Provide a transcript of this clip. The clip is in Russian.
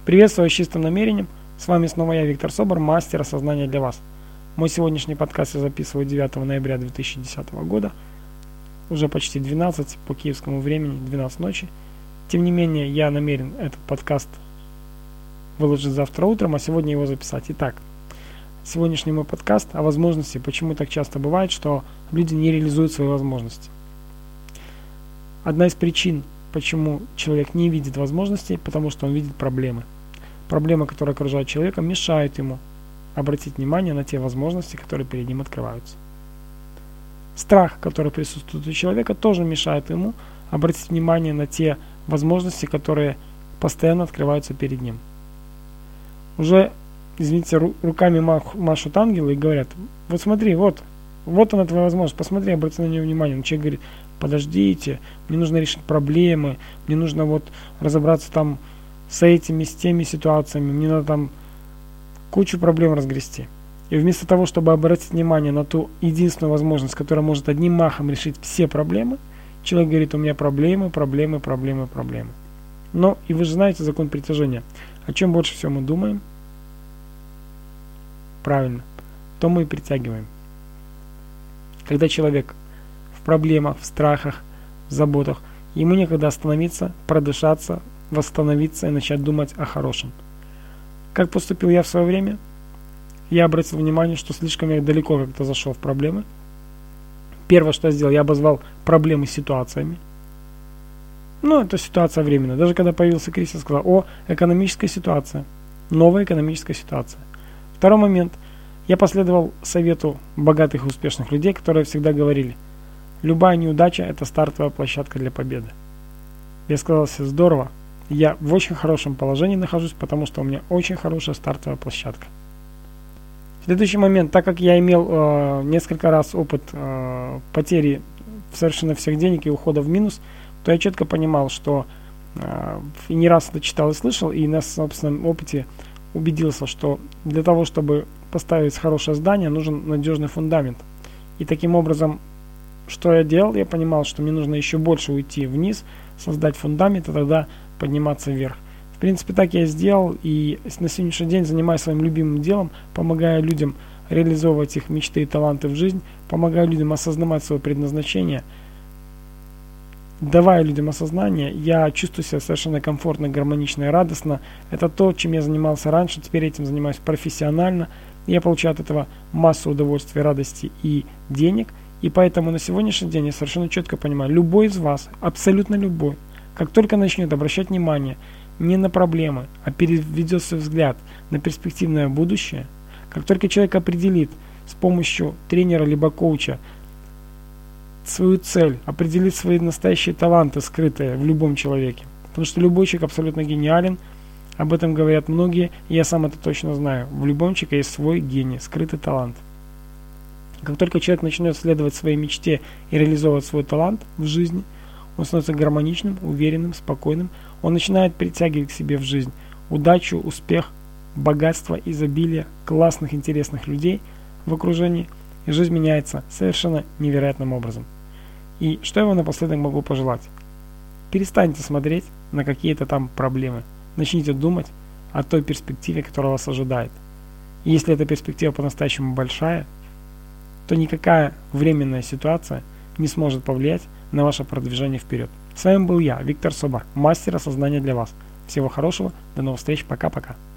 Приветствую с чистым намерением. С вами снова я, Виктор Собор, мастер осознания для вас. Мой сегодняшний подкаст я записываю 9 ноября 2010 года. Уже почти 12 по киевскому времени, 12 ночи. Тем не менее, я намерен этот подкаст выложить завтра утром, а сегодня его записать. Итак, сегодняшний мой подкаст о возможности, почему так часто бывает, что люди не реализуют свои возможности. Одна из причин, почему человек не видит возможностей, потому что он видит проблемы. Проблемы, которые окружают человека, мешают ему обратить внимание на те возможности, которые перед ним открываются. Страх, который присутствует у человека, тоже мешает ему обратить внимание на те возможности, которые постоянно открываются перед ним. Уже, извините, руками машут ангелы и говорят: вот смотри, вот она твоя возможность, посмотри, обрати на нее внимание. Но человек говорит: подождите, мне нужно решить проблемы, мне нужно вот разобраться там с этими, с теми ситуациями, мне надо там кучу проблем разгрести. И вместо того, чтобы обратить внимание на ту единственную возможность, которая может одним махом решить все проблемы, человек говорит: у меня проблемы. Но и вы же знаете закон притяжения. О чем больше всего мы думаем? Правильно, то мы и притягиваем. Когда человек в проблемах, в страхах, в заботах, ему некогда остановиться, продышаться, восстановиться и начать думать о хорошем. Как поступил я в свое время? Я обратил внимание, что слишком я далеко как-то зашел в проблемы. Первое, что я сделал, я обозвал проблемы ситуациями. Но это ситуация временная. Даже когда появился кризис, я сказал: о, экономическая ситуация. Новая экономическая ситуация. Второй момент. Я последовал совету богатых и успешных людей, которые всегда говорили: любая неудача – это стартовая площадка для победы. Я сказал себе: здорово, я в очень хорошем положении нахожусь, потому что у меня очень хорошая стартовая площадка. Следующий момент. Так как я имел несколько раз опыт потери совершенно всех денег и ухода в минус, то я четко понимал, что и не раз это читал и слышал, и на собственном опыте убедился, что для того, чтобы поставить хорошее здание, нужен надежный фундамент. И таким образом, что я делал? Я понимал, что мне нужно еще больше уйти вниз, создать фундамент, и тогда подниматься вверх. В принципе, так я и сделал, и на сегодняшний день занимаюсь своим любимым делом, помогая людям реализовывать их мечты и таланты в жизнь, помогаю людям осознавать свое предназначение. Давая людям осознание, я чувствую себя совершенно комфортно, гармонично и радостно. Это то, чем я занимался раньше, теперь этим занимаюсь профессионально. Я получаю от этого массу удовольствия, радости и денег. И поэтому на сегодняшний день я совершенно четко понимаю: любой из вас, абсолютно любой, как только начнет обращать внимание не на проблемы, а переведет свой взгляд на перспективное будущее, как только человек определит с помощью тренера либо коуча свою цель, определит свои настоящие таланты, скрытые в любом человеке. Потому что любой человек абсолютно гениален, об этом говорят многие, и я сам это точно знаю. В любом человеке есть свой гений, скрытый талант. Как только человек начнет следовать своей мечте и реализовывать свой талант в жизни, он становится гармоничным, уверенным, спокойным. Он начинает притягивать к себе в жизнь удачу, успех, богатство, изобилие, классных, интересных людей в окружении. И жизнь меняется совершенно невероятным образом. И что я вам напоследок могу пожелать? Перестаньте смотреть на какие-то там проблемы. Начните думать о той перспективе, которая вас ожидает. И если эта перспектива по-настоящему большая, то никакая временная ситуация не сможет повлиять на ваше продвижение вперед. С вами был я, Виктор Собор, мастер осознания для вас. Всего хорошего, до новых встреч, пока-пока.